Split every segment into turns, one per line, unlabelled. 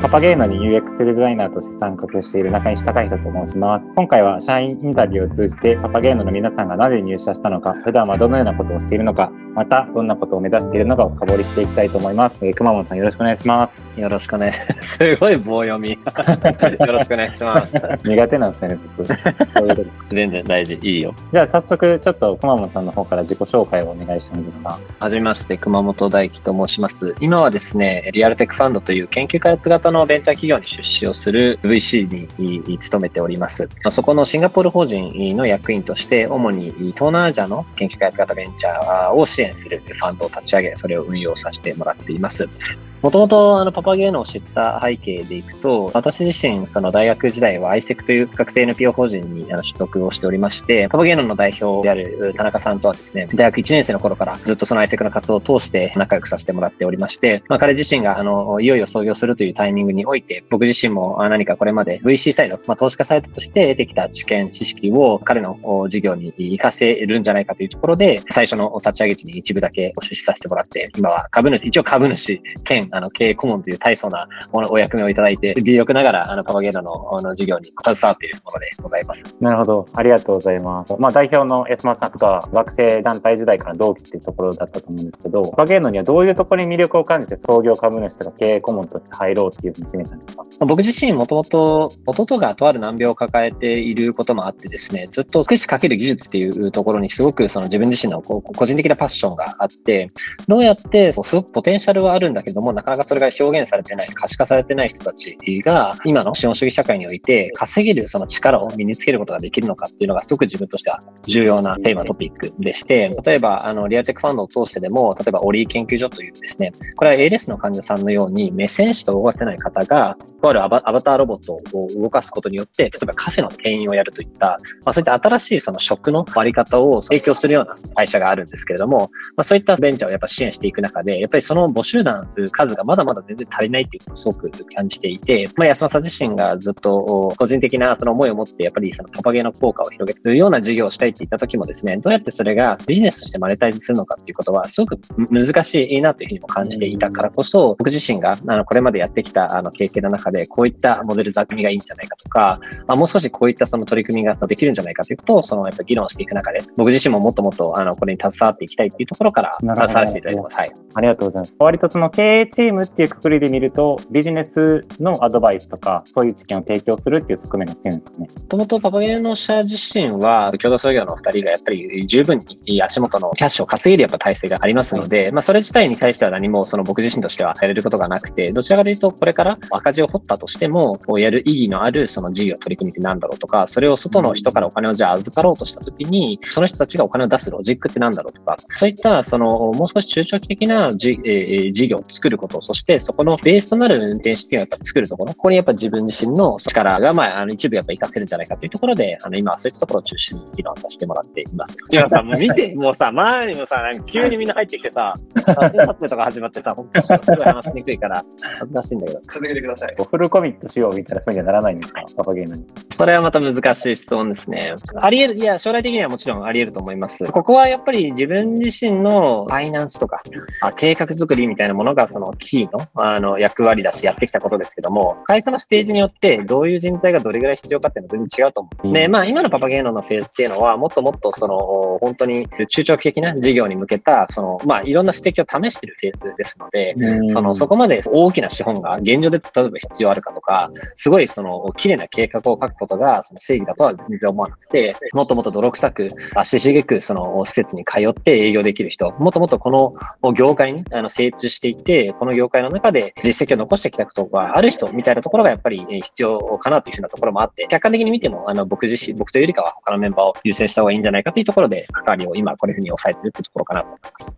パパゲーノに UX デザイナーとして参画している中西隆人と申します。今回は社員インタビューを通じてパパゲーノの皆さんがなぜ入社したのか、普段はどのようなことをしているのか、またどんなことを目指しているのかを深掘りしていきたいと思います。くまモンさんよろしくお願いします。
よろしくお願いします。すごい棒読み。よろしくお願いします。
苦手なんですね、僕。
全然大事。いいよ。
じゃあ早速ちょっとくまモンさんの方から自己紹介をお願いしてもいいですか。
はじめまして、熊本大輝と申します。今はですね、リアルテックファンドという研究開発型のベンチャー企業に出資をする VC に勤めております。そこのシンガポール法人の役員として、主に東南アジアの研究開発型ベンチャーを支援するファンドを立ち上げ、それを運用させてもらっています。もともとパパゲーノを知った背景でいくと、私自身、その大学時代は ISEC という学生 NPO 法人に取得をしておりまして、パパゲーノの代表である田中さんとはですね、大学1年生の頃からずっとその ISEC の活動を通して仲良くさせてもらっておりまして、彼自身がいよいよ創業するというタイミングにおいて、僕自身も何かこれまで VC サイド、投資家サイトとして得てきた知見、知識を彼の事業に活かせるんじゃないかというところで、最初の立ち上げ時に一部だけ出資させてもらって、今は一応株主兼経営顧問という大層なお役目をいただいて、微力ながらパパゲーノの事業に携わっているものでございます。
なるほど。ありがとうございます。代表の安間さんとか学生団体時代から同期っていうところだったと思うんですけど、パパゲーノにはどういうところに魅力を感じて創業株主とか経営顧問として入ろうっていうふうに決めたんですか？
僕自身もともと弟がとある難病を抱えていることもあってですね、ずっと福祉かける技術っていうところにすごくその自分自身の個人的なパッションがあって、どうやってすごくポテンシャルはあるんだけども、なかなかそれが表現されてない、可視化されてない人たちが今の資本主義社会において稼げるその力を身につけることができるのかっていうのがすごく自分としては重要なテーマトピックでして、例えばリアルテックファンドを通してでも、例えばオリー研究所というですね、これは ALS の患者さんのように目線しか動かせない方がとあるアバターロボットを動かすことによって、例えばカフェの店員をやるといった、そういった新しいその職の割り方を提供するような会社があるんですけれども、そういったベンチャーをやっぱ支援していく中で、やっぱりその母集団数がまだまだ全然足りないっていうことをすごく感じていて、安間さん自身がずっと個人的なその思いを持って、やっぱりそのパパゲーの効果を広げるような事業をしたいって言った時もですね、どうやってそれがビジネスとしてマネタイズするのかっていうことはすごく難しいなというふうにも感じていたからこそ、僕自身がこれまでやってきた経験の中でこういったモデル組みがいいんじゃないかとか、もう少しこういったその取り組みができるんじゃないかということをやっぱ議論していく中で、僕自身ももっともっとこれに携わっていきたいっていうところから携わらせていただいてます。はい。
ありがとうございます。割とその経営チームっていうくくりで見ると、ビジネスのアドバイスとかそういう知見を提供するっていう側面が強いんですかね。
もともとパパゲーノ社自身は共同創業の2人がやっぱり十分に足元のキャッシュを稼げるやっぱ体制がありますので、それ自体に対しては何も僕自身としてはやれることがなくて、どちらかというとこれから赤字を掘ったとしてもやる意義のあるその事業取り組みってなんだろうとか、それを外の人からお金をじゃあ預かろうとしたときに、その人たちがお金を出すロジックってなんだろうとか、そういったもう少し中長期的な事業を作ること、そしてそこのベースとなる運転資金をやっぱ作るところ、ここにやっぱ自分自身の力が一部やっぱ活かせるんじゃないかというところで、今はそういったところを中心に議論させてもらっています。今さ、もう見て、もうさ、周りにもさ、急にみんな入ってきてさ、写真撮影とか始まってさ、本当にすごい話しにくいから恥ずかしいんだけど。
続けてください。
フルコミットしようみたいな風にはならないんですか、パパゲーノに。
それはまた難しい質問ですね。将来的にはもちろんあり得ると思います。ここはやっぱり自分自身のファイナンスとか、計画作りみたいなものがそのキーの役割だし、やってきたことですけども、会社のステージによってどういう人材がどれぐらい必要かっていうのは全然違うと思うんですね。今のパパゲーノのフェーズっていうのは、もっともっと本当に中長期的な事業に向けた、いろんな指摘を試しているフェーズですので、そこまで大きな資本が現状で例えば必要あるかとか、すごい綺麗な計画を書くことが正義だとは全然思わなくて、もっともっと泥臭く足しげく施設に通って営業できる人、もっともっとこの業界に精通していて、この業界の中で実績を残してきたことがある人みたいなところがやっぱり必要かなというふうなところもあって、客観的に見ても僕というよりかは他のメンバーを優先した方がいいんじゃないかというところで、関わりを今こういうふうに抑えているというところかなと思います。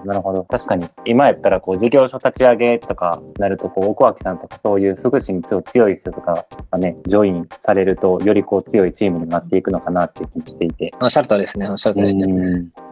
なるほど。確かに今やったら事業所立ち上げとかなると奥脇さんとかそういう福祉に強い人とかがねジョインされるとより強いチームになっていくのかなっていう気もしていて。
おっしゃるとですね。おっしゃるとですね。なんで反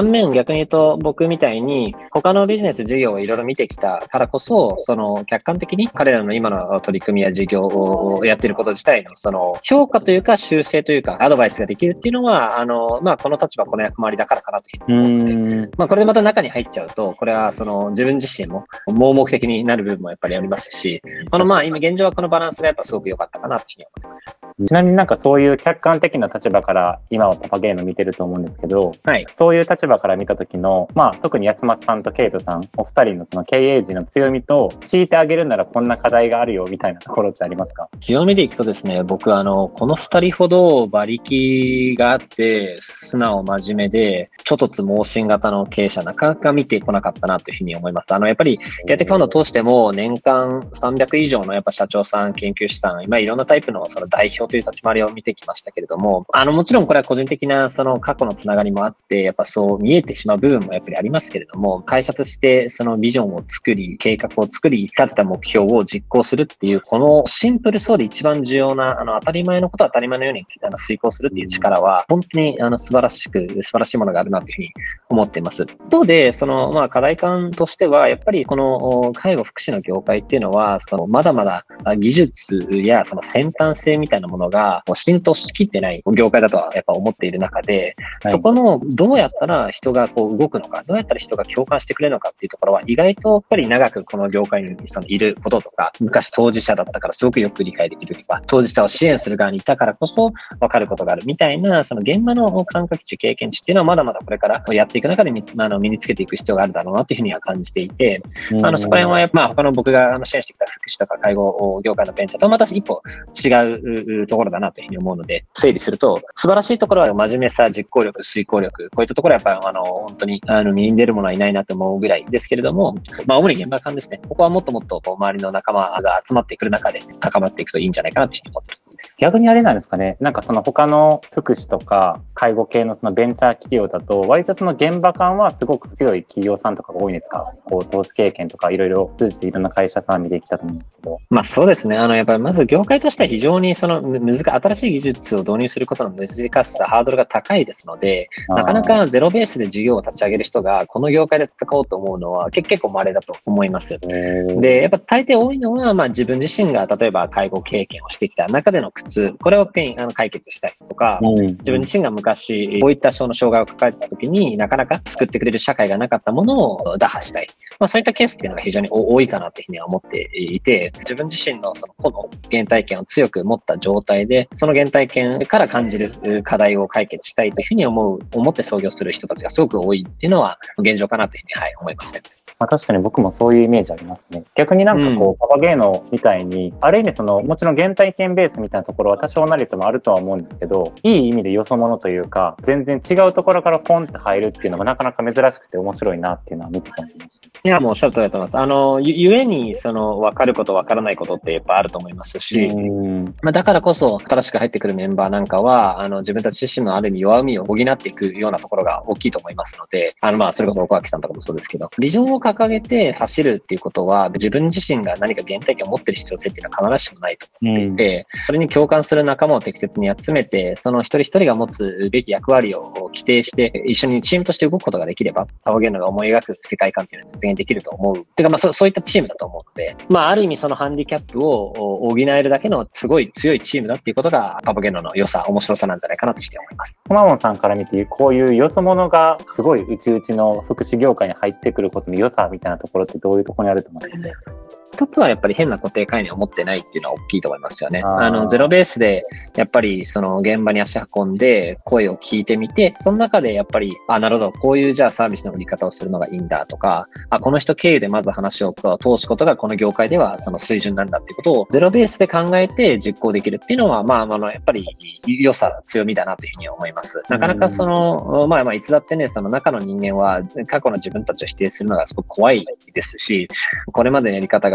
反面逆に言うと僕みたいに他のビジネス事業をいろいろ見てきたからこそ、その客観的に彼らの今の取り組みや事業をやっていること自体のその評価というか修正というかアドバイスができるっていうのは、この立場、この役回りだからかなというふうに思って、これでまた中に入っちゃうと、これはその自分自身も盲目的になる部分もやっぱりありますし、今現状はこのバランスがやっぱすごく良かったかなというふうに思います。
ちなみになんかそういう客観的な立場から今はパパゲーノ見てると思うんですけど、はい、そういう立場から見た時の、特に安松さんとケイトさんお二人のその経営陣の強みと、強いてあげるならこんな課題があるよみたいなところってありますか？
強みでいくとですね、僕この二人ほど馬力があって素直真面目で猪突猛進型の経営者なかなか見てこなかったなというふうに思います。やっぱりやってきたのを通しても年間300以上のやっぱ社長さん、研究士さん、今いろんなタイプのその代表という立ち回りを見てきましたけれども、もちろんこれは個人的なその過去のつながりもあって、やっぱそう見えてしまう部分もやっぱりありますけれども、会社としてそのビジョンを作り、計画を作り、立てた目標を実行するっていう、このシンプルそうで一番重要な、当たり前のことは当たり前のように遂行するっていう力は、本当に素晴らしいものがあるなというふうに思っています。一方で、課題感としては、やっぱりこの介護福祉の業界っていうのは、まだまだ技術やその先端性みたいなものが浸透しきってない業界だとはやっぱ思っている中で、はい、そこのどうやったら人が動くのか、どうやったら人が共感してくれるのかっていうところは意外とやっぱり長くこの業界にいることとか、昔当事者だったからすごくよく理解できるとか、当事者を支援する側にいたからこそ分かることがあるみたいな、その現場の感覚値、経験値っていうのはまだまだこれからやっていく中で身につけていく必要があるだろうなというふうには感じていて、そこら辺はやっぱ他の僕が支援してきた福祉とか介護業界のベンチャーとはまた一歩違うところだなというふうに思うので、整理すると素晴らしいところは真面目さ、実行力、遂行力、こういったところはやっぱり本当に身に出るものはいないなと思うぐらいですけれども、主に現場間ですね。ここはもっともっと周りの仲間が集まってくる中で関わっていくといいんじゃないかなというふうに思っています。
逆にあれなんですかね、なんかその他の福祉とか介護系のそのベンチャー企業だと割とその現場感はすごく強い企業さんとかが多いんですか？投資経験とかいろいろ通じていろんな会社さん見てきたと思うんですけど。
そうですね。やっぱりまず業界としては非常に新しい技術を導入することの難しさ、ハードルが高いですので、なかなかゼロベースで事業を立ち上げる人がこの業界で戦おうと思うのは結構稀だと思います。で、やっぱ大抵多いのは、自分自身が例えば介護経験をしてきた中での苦痛、これを解決したりとか、自分自身が昔こういった障害を抱えた時になかなか救ってくれる社会がなかったものを打破したい。そういったケースっていうのが非常に多いかなというふうには思っていて、自分自身のその個の原体験を強く持った状態で、その原体験から感じる課題を解決したいというふうに思って創業する人たちがすごく多いっていうのは現状かなというふうに、思いますね。
確かに僕もそういうイメージありますね。逆になんかパパゲーノみたいに、ある意味もちろん原体験ベースみたいなところは多少なりともあるとは思うんですけど、いい意味でよそ者というか、全然違うところからポンって入るっていうのがなかなか珍しくて面白いなっていうのは見て感じました。
いや、もうおっしゃる通りだと思います。ゆえに、分かること分からないことってやっぱあると思いますし、だからこそ、新しく入ってくるメンバーなんかは、自分たち自身のある意味弱みを補っていくようなところが大きいと思いますので、それこそ岡脇さんとかもそうですけど、ビジョンを掲げて走るっていうことは、自分自身が何か原体験を持っている必要性っていうのは必ずしもないと思っていて、それに共感する仲間を適切に集めて、その一人一人が持つべき役割を規定して、一緒にチームとして動くことができれば、パパゲーノが思い描く世界観っていうのは実現できると思う。てか、そういったチームだと思うので、ある意味そのハンディキャップを補えるだけのすごい強いチームだっていうことが、パパゲーノの良さ、面白さなんじゃないかなと思います。
くまモンさんから見て、こういうよそ者がすごい内々の福祉業界に入ってくることの良さみたいなところってどういうところにあると思いますか？
一つはやっぱり変な固定概念を持ってないっていうのは大きいと思いますよね。ゼロベースでやっぱりその現場に足運んで声を聞いてみて、その中でやっぱり、なるほど、こういうじゃあサービスの売り方をするのがいいんだとか、この人経由でまず話を通すことがこの業界ではその水準なんだっていうことをゼロベースで考えて実行できるっていうのは、やっぱり良さ、強みだなというふうに思います。なかなかいつだってね、その中の人間は過去の自分たちを否定するのがすごく怖いですし、これまでのやり方が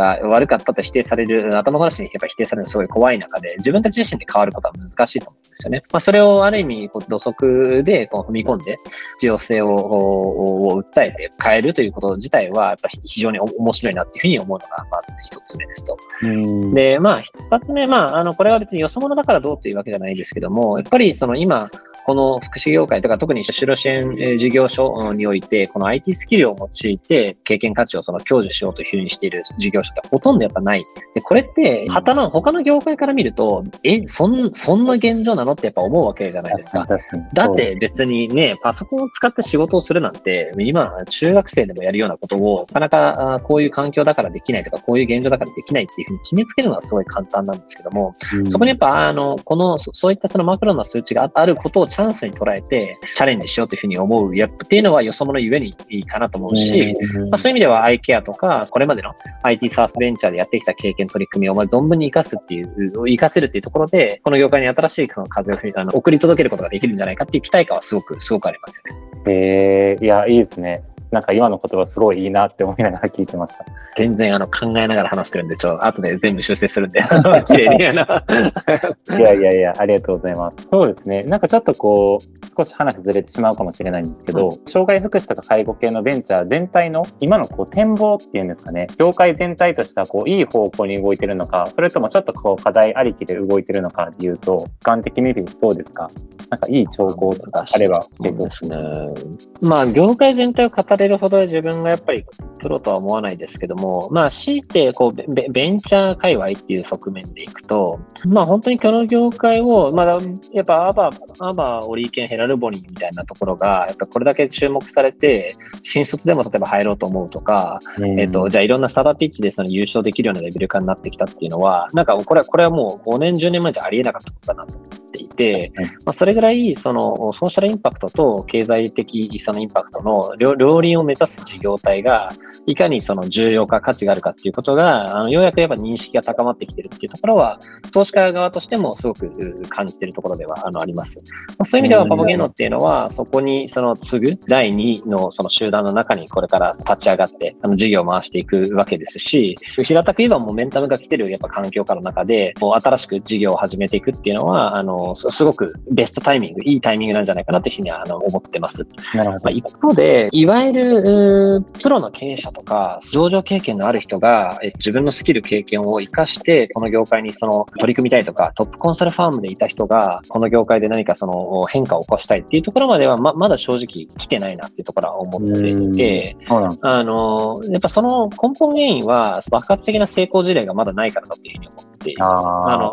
が悪かったと否定される、頭ごなしにやっぱ否定されるのすごい怖い中で、自分たち自身で変わることは難しいと思うんですよね。それをある意味、土足で踏み込んで、重要性を訴えて変えるということ自体は、やっぱ非常に面白いなっていうふうに思うのが、まず一つ目ですと。で、二つ目、これは別によそ者だからどうというわけじゃないですけども、やっぱり今、この福祉業界とか特に就労支援事業所において、この IT スキルを用いて経験価値を享受しようというふうにしている事業所ってほとんどやっぱない。で、これって他の業界から見ると、そんな現状なのってやっぱ思うわけじゃないですか。だって別にね、パソコンを使って仕事をするなんて、今、中学生でもやるようなことを、なかなかこういう環境だからできないとか、こういう現状だからできないっていうふうに決めつけるのはすごい簡単なんですけども、そこにやっぱそういったそのマクロな数値があることをチャンスに捉えてチャレンジしようというふうに思うギャップっていうのはよそ者ゆえにいいかなと思うし、そういう意味では iCare とか、これまでの IT サースベンチャーでやってきた経験取り組みを存分に活かせるっていうところで、この業界に新しい風を送り届けることができるんじゃないかっていう期待感はすごくありますよね。
いや、いいですね。なんか今の言葉すごいいいなって思いながら聞いてました。
全然考えながら話してるんで、後で全部修正するんで、綺麗に
いや、ありがとうございます。そうですね。なんかちょっと少し話ずれてしまうかもしれないんですけど、障害福祉とか介護系のベンチャー全体の今の展望っていうんですかね、業界全体としてはいい方向に動いてるのか、それともちょっと課題ありきで動いてるのかでいうと、俯瞰的に見てどうですか？なんかいい兆候とかあれば教えてほしいです
ね。業界全体を語れるほど自分がやっぱりプロとは思わないですけども、強いてベンチャー界隈っていう側面でいくと、本当にこの業界を、やっぱアバオリーケンヘラルボニーみたいなところが、やっぱこれだけ注目されて、新卒でも例えば入ろうと思うとか、じゃあいろんなスタートアップピッチで優勝できるようなレベル化になってきたっていうのは、これはもう5年、10年前じゃありえなかったことだなと思っていて、それぐらいソーシャルインパクトと経済的インパクトの両輪を目指す事業体がいかに重要か価値があるかっていうことがようやくやっぱ認識が高まってきてるっていうところは投資家側としてもすごく感じているところではあります。そういう意味ではパパゲノっていうのはそこに次ぐ第2の集団の中にこれから立ち上がって事業を回していくわけですし、平たく言えばモメンタムが来てるやっぱ環境下の中で新しく事業を始めていくっていうのはすごくベストタイミング、いいタイミングなんじゃないかなというふうには思ってます。一方で、いわゆるプロの経営者とか上場経験のある人が自分のスキル経験を生かしてこの業界に取り組みたいとか、トップコンサルファームでいた人がこの業界で何か変化を起こしたいっていうところまではまだ正直来てないなっていうところは思っていて、やっぱその根本原因は爆発的な成功事例がまだないからだというふうに思っています。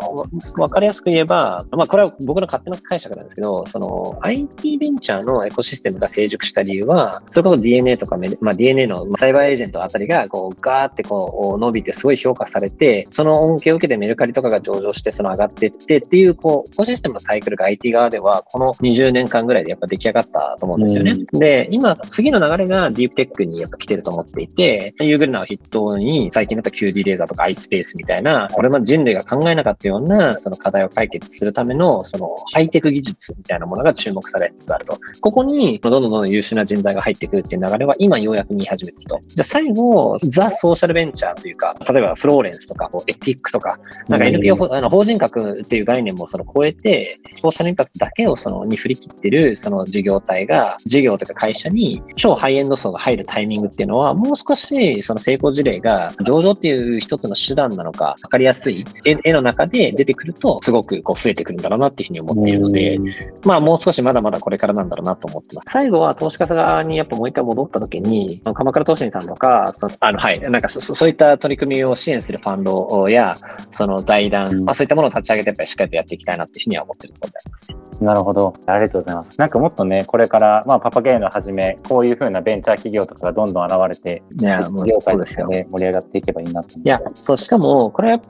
わかりやすく言えば、これは僕の勝手な解釈なんですけど、IT ベンチャーのエコシステムが成熟した理由は、それこそ DNA とかDNA のサイバーエージェントあたりがガーって伸びてすごい評価されて、その恩恵を受けてメルカリとかが上場して上がっていってっていうエコシステムのサイクルが IT 側ではこの20年間ぐらいでやっぱ出来上がったと思うんですよね。で、今次の流れがディープテックにやっぱ来てると思っていて、ユーグルナを筆頭に最近だと QD レーザーとか iSpace みたいな、これまで人類が考えなかったような課題を解決するためのハイテク技術みたいなものが注目されつつあると。ここにどんどん優秀な人材が入ってくるっていう流れは今ようやく見始めてると。じゃあ最後、ザ・ソーシャルベンチャーというか、例えばフローレンスとかエティックとか、なんか NPO、法人格っていう概念も超えて、ソーシャルインパクトだけをに振り切ってる事業体が、事業とか会社に超ハイエンド層が入るタイミングっていうのは、もう少し成功事例が上場っていう一つの手段なのか、わかりやすい絵の中で出てくると、すごく増えてくるんだろうなっていうふうに思っているので、もう少しまだまだこれからなんだろうなと思ってます。最後は投資家側にやっぱもう一回戻った時に、鎌倉投信さんとか、なんかそういった取り組みを支援するファンドや、財団、そういったものを立ち上げてやっぱりしっかりとやっていきたいなっていうふうには思ってるところでありますね。
なるほど。ありがとうございます。なんかもっとね、これから、パパゲーノをはじめ、こういう風なベンチャー企業とかがどんどん現れて、業界ですよね、盛り上がっていけばいいなと思って。
しかも、これはやっぱ、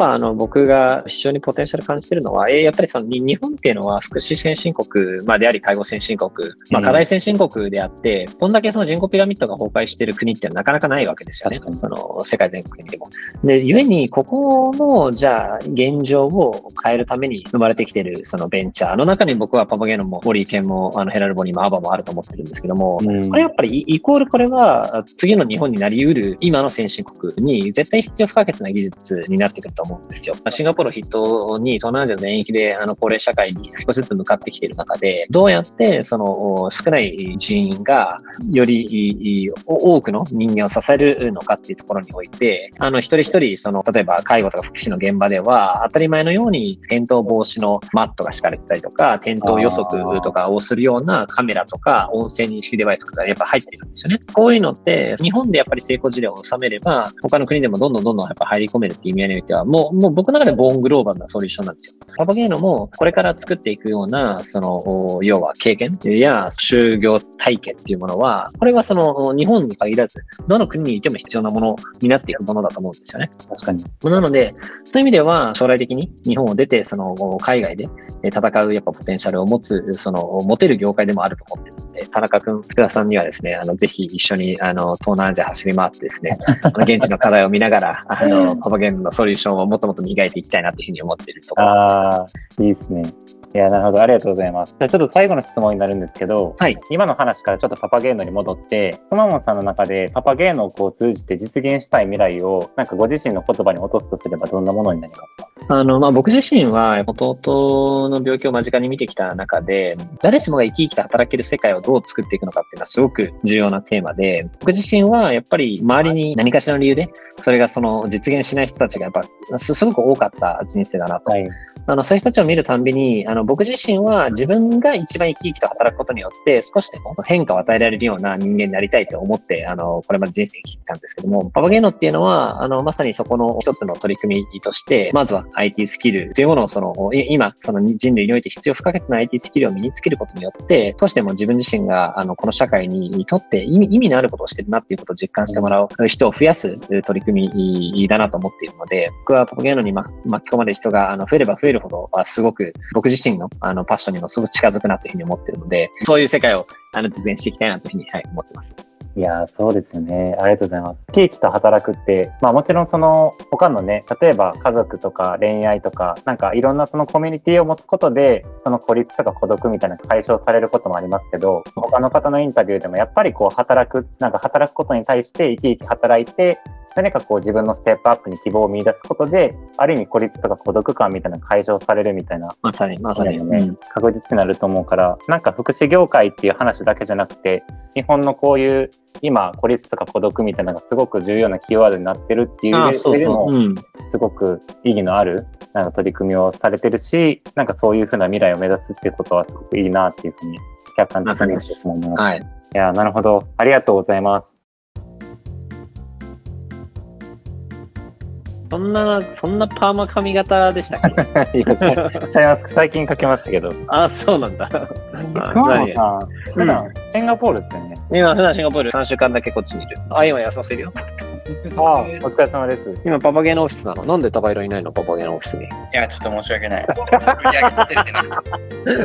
僕が非常にポテンシャル感じてるのは、やっぱりその日本っていうのは福祉先進国、であり介護先進国、課題先進国であって、こんだけその人口ピラミッドが崩壊している国ってなかなかないわけですよね。その世界全国にでも。で、故にここの、じゃあ、現状を変えるために生まれてきているそのベンチャーの中に僕はパパゲノもモリーケンもヘラルボニーもアバもあると思ってるんですけども、これやっぱりイコールこれは次の日本になり得る今の先進国に絶対必要不可欠な技術になってくると思うんですよ。シンガポールを筆頭に東南アジア全域で高齢社会に少しずつ向かってきている中で、どうやってその少ない人員がより多くの人間を支えるのかっていうところにおいて、一人一人その例えば介護とか福祉の現場では当たり前のように転倒防止のマットが敷かれてたりとか、転倒予測とかをするようなカメラとか音声認識デバイスとかがやっぱ入ってるんですよね。こういうのって日本でやっぱり成功事例を収めれば他の国でもどんどんやっぱ入り込めるっていう意味合いにおいてはもう僕の中でボーングローバルなソリューションなんですよ。パパゲーノもこれから作っていくようなその要は経験や就業体験っていうものは、これはその日本に限らずどの国にいても必要なものになっていくものだと思うんですよね。
確かに。
なのでそういう意味では将来的に日本を出てその海外で戦うやっぱポテンシャルを持てる業界でもあると思っているので、田中君、福田さんにはですね、ぜひ一緒に東南アジア走り回ってですね、現地の課題を見ながらパパゲーノのソリューションをもっともっと磨いていきたいなというふうに思っているところ。
いいですね。いや、なるほど。ありがとうございます。じゃあちょっと最後の質問になるんですけど、
はい。
今の話からちょっとパパゲーノに戻って、くまモンさんの中でパパゲーノをこう通じて実現したい未来を、なんかご自身の言葉に落とすとすればどんなものになりますか？
僕自身は弟の病気を間近に見てきた中で、誰しもが生き生きと働ける世界をどう作っていくのかっていうのはすごく重要なテーマで、僕自身はやっぱり周りに何かしらの理由で、それがその実現しない人たちがやっぱすごく多かった人生だなと。はい、そういう人たちを見るたんびに、僕自身は自分が一番生き生きと働くことによって少しでも変化を与えられるような人間になりたいと思って、これまで人生生きてきたんですけども、パパゲーノっていうのは、まさにそこの一つの取り組みとして、まずは IT スキルというものを今、その人類において必要不可欠な IT スキルを身につけることによって、少しでも自分自身が、この社会にとって意味のあることをしてるなっていうことを実感してもらう人を増やす取り組みだなと思っているので、僕はパパゲーノに巻き込まれる人が増えれば増えるほど、すごく僕自身のパッションにもすごく近づくなというふうに思っているので、そういう世界を実現していきたいなというふうに、思ってます。
いやー、そうですよね。ありがとうございます。生き生きと働くって、もちろんその他のね、例えば家族とか恋愛とか、なんかいろんなそのコミュニティを持つことで、その孤立とか孤独みたいなのが解消されることもありますけど、他の方のインタビューでもやっぱりこう働くことに対して生き生き働いて、何かこう自分のステップアップに希望を見出すことで、ある意味孤立とか孤独感みたいなのが解消されるみたいな、
まさに、
ね、確実になると思うから、なんか福祉業界っていう話だけじゃなくて、日本のこういう今孤立とか孤独みたいなのがすごく重要なキーワードになってるっていう上でも、すごく意義のあるなんか取り組みをされてるし、なんかそういうふうな未来を目指すっていうことはすごくいいなっていうふうに客観的に思います。はい。いや、なるほど。ありがとうございます。
そんなパーマ髪型でしたっけ？
いや、ちゃいます。最近かけましたけど。
そうなんだ。
熊野さん、普段シンガポールですよね。
今、普段シンガポール3週間だけこっちにいる。今休ませるよ。
お疲れ様です。
今、パパゲーのオフィスなの。なんで高色いないの？パパゲーのオフィスに。い
や、ちょっと申し訳ない。売り上げ立てれてなかった。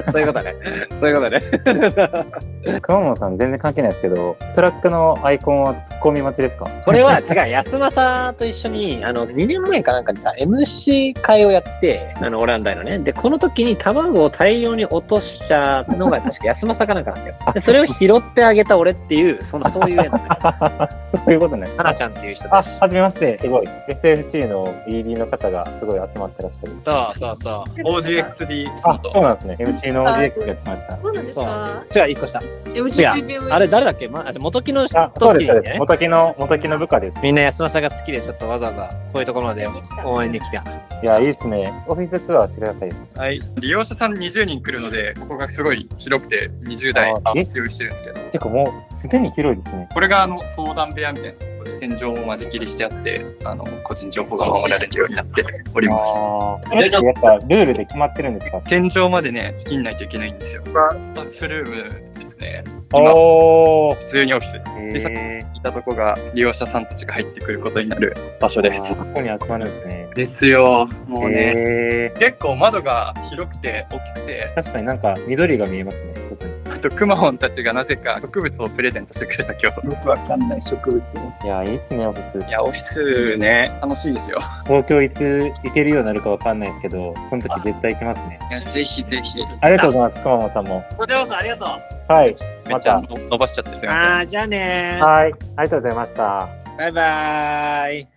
そういうことね。そういうことね。
熊野さん、全然関係ないですけど、スラックのアイコンはツッコミ待ちですか？
それは違う。安政と一緒に、2年前かなんかにさ、MC 会をやって、オランダのね。で、この時に卵を大量に落としたのが確か安政かなんかなんだよ。で、それを拾ってあげた俺っていう、そういう絵なんだよ。
そういうことね。
はなちゃんっていう人です。
はじめまして。すごい。SFC の BB の方がすごい集まってらっしゃる。
そう。OGXD。
そうなんですね。MC の OGX やってました。
そうなんですか？
じゃあ、1個下。あれ誰だっけ？元木の
そうです。元木の部下です。
みんな安政が好きで、ちょっとわざわざこういうところまで応援に来た。
いや、いいですね。オフィスツアーしてください。
はい。利用者さん20人来るので、ここがすごい広くて20台活用してるんですけど。
結構もうすでに広いですね。
これが相談部屋みたいなところで天井も間仕切りしてあって、個人情報が守られるようになっております。
これってやっぱルールで決まってるんですか？
天井までね、仕切んないといけないんですよ。ここはスタッフルームですね。 ね。
おー。
普通にオフィス。で、さっ
へ
きいたとこが利用者さんたちが入ってくることになる場所です。
ここに集まるんですね。
ですよ。もうね、
へ
結構窓が広くて大きくて、
確かになんか緑が見えますね、外に。
あとくまモンたちがなぜか植物をプレゼントしてくれた今日。よくわかんない植物。
いや、いいっすね、オフィス。
いや、オフィスね、楽しいですよ。
東京いつ行けるようになるかわかんないですけど、その時絶対行きますね。
いや、ぜひぜひ。
ありがとうございます、くまモンさんも。
こちらこそありがとう。
はい、
めっちゃ
また。
伸ばしちゃってすみません。
じゃあね
はい、ありがとうございました。
バイバーイ。